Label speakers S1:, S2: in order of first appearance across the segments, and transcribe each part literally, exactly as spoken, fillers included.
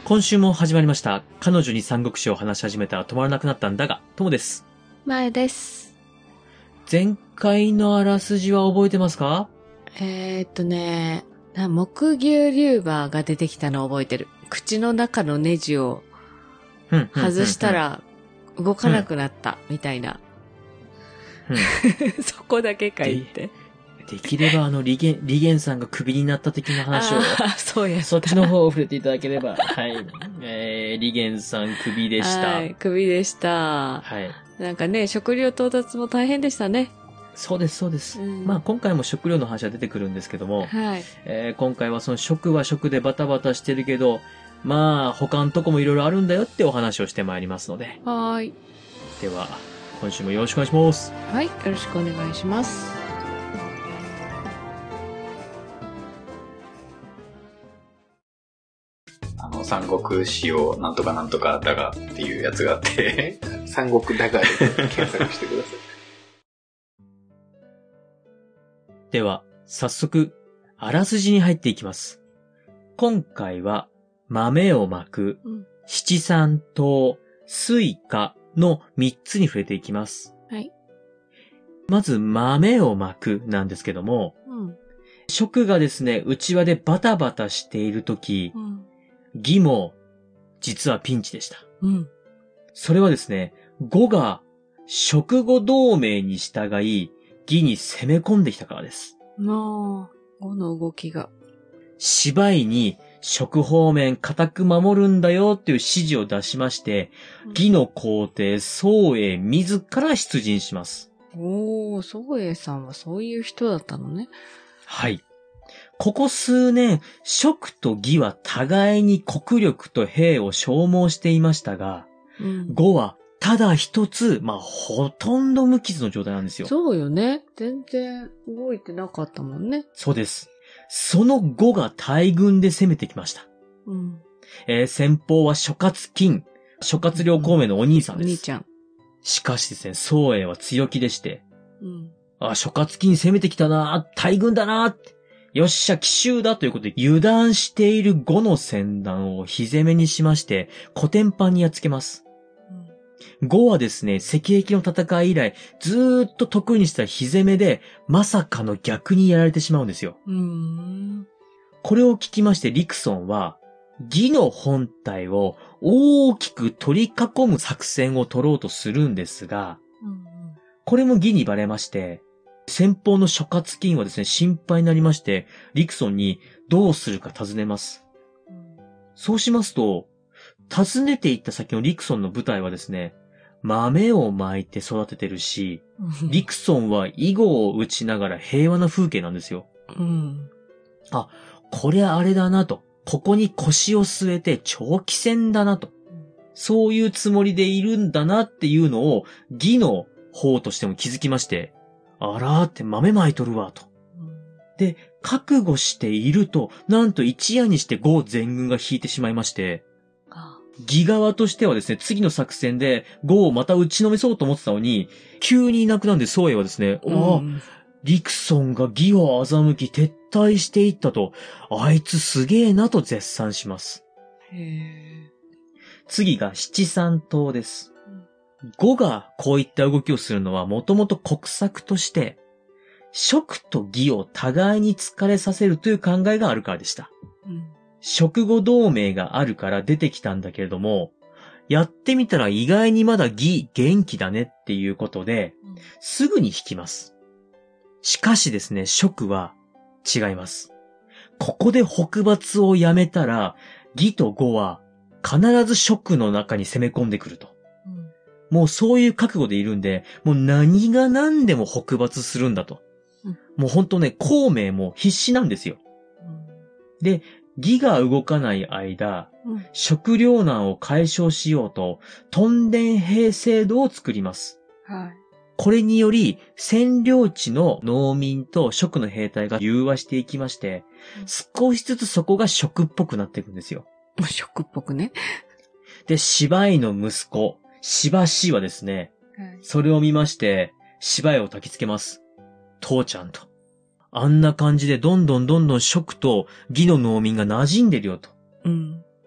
S1: 今週も始まりました。彼女に三国志を話し始めたら止まらなくなったんだが、ともです。
S2: 前です。
S1: 前回のあらすじは覚えてますか？
S2: えー、っとね、木牛リュウバーが出てきたのを覚えてる。口の中のネジを外したら動かなくなったみたいな。うん、そこだけか言って。
S1: できればあの、リゲン、リゲンさんがクビになった時の話を、
S2: そうや
S1: そっちの方を触れていただければ、はい。えー、リゲンさんクビでした。
S2: はい、クビでした。
S1: はい。
S2: なんかね、食料到達も大変でしたね。
S1: そうです、そうです。うん、まあ今回も食料の話は出てくるんですけども、
S2: はい。
S1: えー、今回はその食は食でバタバタしてるけど、まあ他のとこもいろいろあるんだよってお話をしてまいりますので。
S2: はい。
S1: では、今週もよろしくお願いします。
S2: はい、よろしくお願いします。
S3: あの、三国志をなんとかなんとかだがっていうやつがあって、
S4: 三国だがで検索してください。
S1: では、早速、あらすじに入っていきます。今回は、豆をまく、うん、七三刀、スイカの三つに触れていきます。
S2: はい。
S1: まず、豆をまくなんですけども、うん、食がですね、内輪でバタバタしているとき、うん、義も、実はピンチでした。
S2: うん。
S1: それはですね、呉が、食後同盟に従い、義に攻め込んできたからです。
S2: もう、呉の動きが。
S1: 芝居に、食方面固く守るんだよっていう指示を出しまして、うん、義の皇帝、宗英自ら出陣します。
S2: おー、宗英さんはそういう人だったのね。
S1: はい。ここ数年、食と義は互いに国力と兵を消耗していましたが、うん、呉はただ一つ、まあ、ほとんど無傷の状態なんですよ。
S2: そうよね。全然動いてなかったもんね。
S1: そうです。その呉が大軍で攻めてきました。
S2: うん。
S1: えー、先方は諸葛金、諸葛亮孔明のお兄さんです。
S2: お兄ちゃん。
S1: しかしですね、宗英は強気でして、
S2: うん。
S1: あ、諸葛金攻めてきたな、大軍だな、よっしゃ、奇襲だということで油断している呉の戦団を火攻めにしまして、コテンパンにやっつけます。呉はですね、赤壁の戦い以来、ずーっと得意にした火攻めで、まさかの逆にやられてしまうんですよ。
S2: うーん。
S1: これを聞きまして、リクソンは、義の本体を大きく取り囲む作戦を取ろうとするんですが、
S2: うんうん、
S1: これも義にバレまして、先方の諸葛金はですね、心配になりまして、リクソンにどうするか尋ねます。
S2: うん、
S1: そうしますと、訪ねていった先のリクソンの部隊はですね、豆を巻いて育ててるし、リクソンは囲碁を打ちながら平和な風景なんですよ。
S2: うん、
S1: あ、これあれだなと。ここに腰を据えて長期戦だなと。そういうつもりでいるんだなっていうのを義の方としても気づきまして、あらーって豆巻いとるわと。で、覚悟していると、なんと一夜にして呉全軍が引いてしまいまして、義側としてはですね、次の作戦で呉をまた打ちのめそうと思ってたのに、急にいなくなるんで宗英はですね、うん、ああ、リクソンが義を欺き撤退していったと、あいつすげえなと絶賛します。
S2: へー。
S1: 次が七三刀です。呉がこういった動きをするのはもともと国策として、食と義を互いに疲れさせるという考えがあるからでした。
S2: うん、
S1: 食後同盟があるから出てきたんだけれども、やってみたら意外にまだ義元気だねっていうことで、うん、すぐに引きます。しかしですね、食は違います。ここで北伐をやめたら、義と呉は必ず食の中に攻め込んでくると。
S2: うん、
S1: もうそういう覚悟でいるんで、もう何が何でも北伐するんだと。
S2: うん、
S1: もうほんとね、孔明も必死なんですよ。
S2: うん、
S1: で、義が動かない間、
S2: うん、
S1: 食糧難を解消しようと、屯田兵制度を作ります。
S2: はい。
S1: これにより、占領地の農民と食の兵隊が融和していきまして、うん、少しずつそこが食っぽくなっていくんですよ。
S2: 食っぽくね。
S1: で、芝居の息子、芝氏はですね、
S2: はい、
S1: それを見まして、芝居を焚きつけます。父ちゃんと。あんな感じでどんどんどんどん食と義の農民が馴染んでるよと。
S2: うん。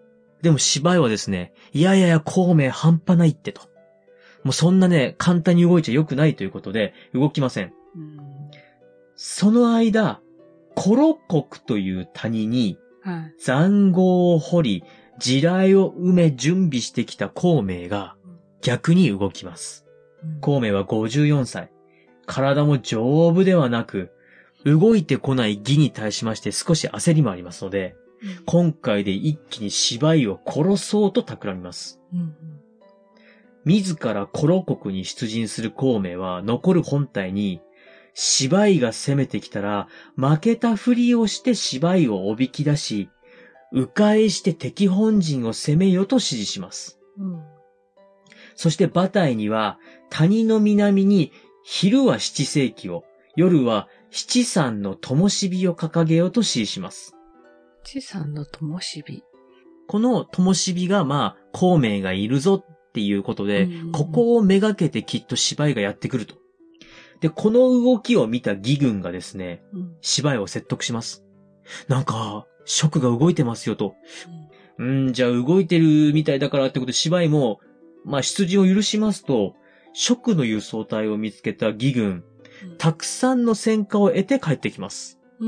S1: でも芝居はですね、いやいやいや、孔明半端ないってと。もうそんなね、簡単に動いちゃ良くないということで、動きません。
S2: うん、
S1: その間、コロ国という谷に、塹壕を掘り、地雷を埋め準備してきた孔明が、逆に動きます。うん、孔明はごじゅうよんさい。体も丈夫ではなく、動いてこない義に対しまして少し焦りもありますので、うん、今回で一気に芝居を殺そうと企みます。うんうん、自らコロ国に出陣する孔明は残る本隊に、芝居が攻めてきたら負けたふりをして芝居をおびき出し、迂回して敵本陣を攻めよと指示します。うん、そして馬隊には谷の南に昼は七世紀を、夜は七山の灯火を掲げようと指示します。
S2: 七山の灯火。
S1: この灯火がまあ、孔明がいるぞっていうことで、うんうん、ここをめがけてきっと芝居がやってくると。で、この動きを見た義軍がですね、うん、芝居を説得します。なんか、蜀が動いてますよと。うん、んじゃあ動いてるみたいだからってことで芝居も、まあ出陣を許しますと、蜀の輸送隊を見つけた義軍、たくさんの戦果を得て帰ってきます。うん、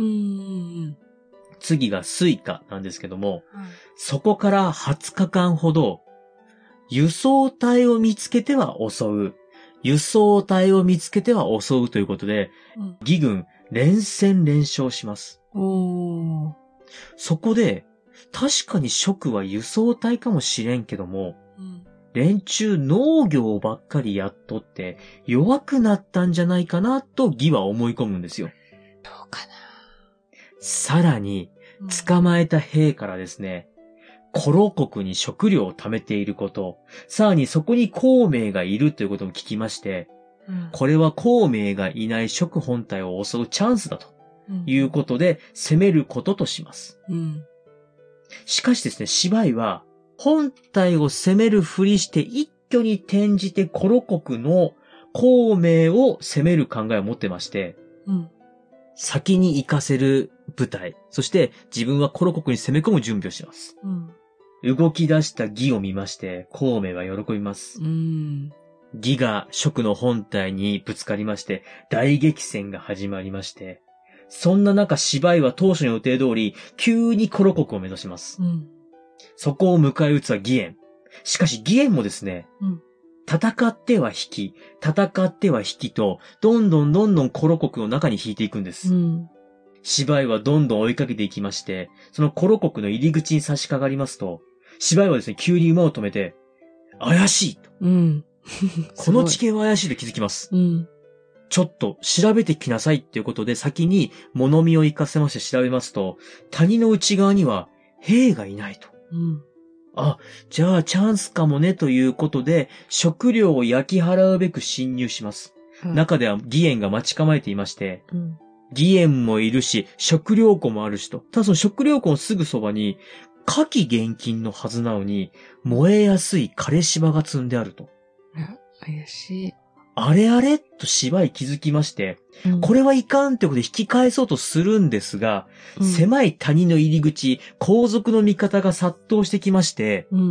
S1: 次が水火なんですけども、うん、そこからはつかかんほど、輸送隊を見つけては襲う、輸送隊を見つけては襲うということで、うん、義軍連戦連勝します。おー、そこで、確かに蜀は輸送隊かもしれんけども、うん、連中農業ばっかりやっとって弱くなったんじゃないかなと義は思い込むんですよ。
S2: どうかな。
S1: さらに、捕まえた兵からですね、うん、コロ国に食料を貯めていること、さらにそこに孔明がいるということも聞きまして、うん、これは孔明がいない蜀本体を襲うチャンスだということで攻めることとします。うん、しかしですね、芝居は本体を攻めるふりして一挙に転じてコロ国の孔明を攻める考えを持ってまして、うん、先に行かせる部隊、そして自分はコロ国に攻め込む準備をします。うん、動き出した義を見まして、孔明は喜びます。うん、義が蜀の本体にぶつかりまして、大激戦が始まりまして、そんな中芝居は当初の予定通り、急にコロ国を目指します。うん、そこを迎え撃つは義援。しかし義援もですね、うん、戦っては引き、戦っては引きと、どんどんどんどんコロ国の中に引いていくんです。うん、芝居はどんどん追いかけていきまして、そのコロ国の入り口に差し掛かりますと、芝居はですね、急に馬を止めて、怪しいと。うん、この地形は怪しいと気づきます。うん、ちょっと調べてきなさいっていうことで先に物見を行かせまして調べますと、谷の内側には兵がいないと。うん、あ、じゃあチャンスかもねということで、食料を焼き払うべく侵入します。うん、中では義援が待ち構えていまして、うん、義援もいるし、食料庫もあるしと。ただその食料庫のすぐそばに、火器厳禁のはずなのに、燃えやすい枯れ芝が積んであると。
S2: 怪しい。
S1: あれあれと芝居気づきまして、うん、これはいかんってことで引き返そうとするんですが、うん、狭い谷の入り口、後続の味方が殺到してきまして、うんうんうん、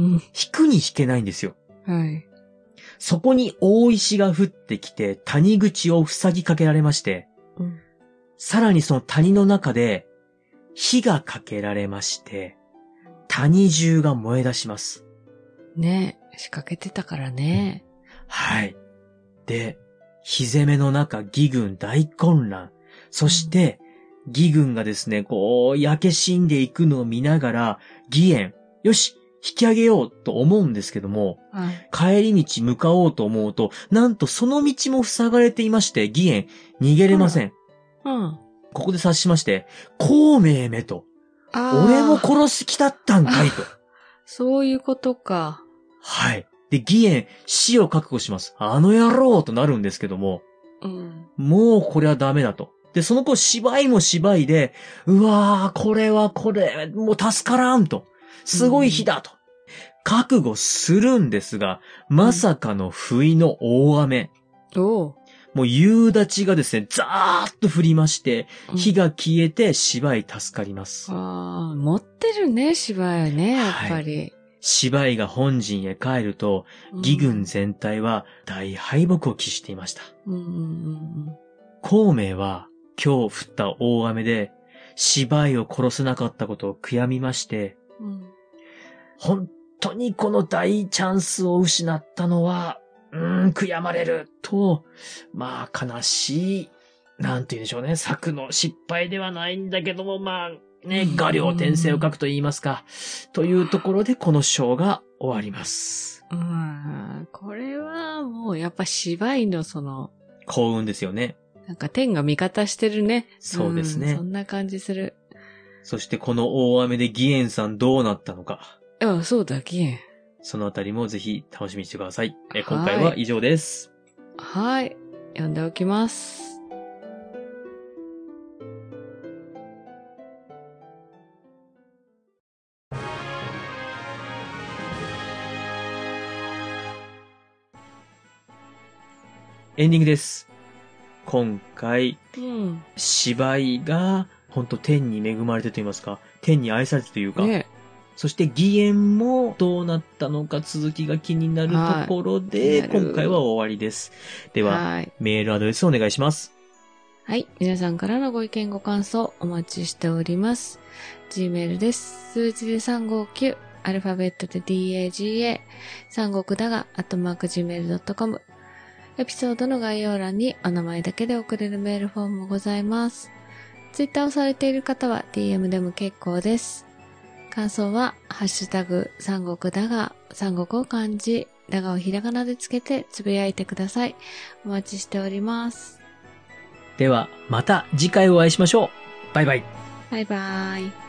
S1: 引くに引けないんですよ。はい。そこに大石が降ってきて、谷口を塞ぎかけられまして、うん、さらにその谷の中で、火がかけられまして、谷中が燃え出します。
S2: ねえ、仕掛けてたからね。
S1: はい。で、火攻めの中、義軍大混乱。そして、うん、義軍がですね、こう、焼け死んでいくのを見ながら、義援、よし、引き上げようと思うんですけども、はい、帰り道向かおうと思うと、なんとその道も塞がれていまして、義援、逃げれません。うん。うん、ここで察しまして、孔明めと、俺も殺す気だったんかいと。
S2: そういうことか。
S1: はい。で、義援、死を覚悟します。あの野郎となるんですけども、うん、もうこれはダメだと。で、その子芝居も芝居で、うわー、これはこれ、もう助からんと。すごい日だと。うん、覚悟するんですが、まさかの不意の大雨。うん、ももう夕立がですね、ザーッと降りまして、
S2: うん
S1: 火が消えて芝居助かります。
S2: ああ、持ってるね、芝居ね、やっぱり。
S1: 芝居が本陣へ帰ると、義軍全体は大敗北を喫していました。
S2: うんうんうん
S1: 孔明は今日降った大雨で芝居を殺せなかったことを悔やみまして、
S2: うん、
S1: 本当にこの大チャンスを失ったのは、うーん、悔やまれると、まあ悲しい、なんて言うんでしょうね、策の失敗ではないんだけども、まあね、画量転生を書くと言いますか、というところでこの章が終わります。
S2: うん、これはもうやっぱ芝居のその、
S1: 幸運ですよね。
S2: なんか天が味方してるね。
S1: そうですね。
S2: うん、そんな感じする。
S1: そしてこの大雨で義援さんどうなったのか。
S2: いや、そうだ、義援。
S1: そのあたりもぜひ楽しみにしてください。え今回は以上です。
S2: はい。読んでおきます。
S1: エンディングです。今回、
S2: うん、
S1: 芝居が本当天に恵まれてと言いますか、天に愛されてというか、
S2: ね、
S1: そして義援もどうなったのか続きが気になるところで、はい、今回は終わりです。では、はい、メールアドレスお願いします。
S2: はい。皆さんからのご意見ご感想お待ちしております。Gmail です。数字でさんごきゅう、アルファベットで ダガ、三国だが、アットマーク ジーメールドットコム。エピソードの概要欄にお名前だけで送れるメールフォームもございます。ツイッターをされている方は ディーエム でも結構です。感想は、ハッシュタグ、三国だが、三国を漢字、だがをひらがなでつけてつぶやいてください。お待ちしております。
S1: では、また次回お会いしましょう。バイバイ。
S2: バイバイ。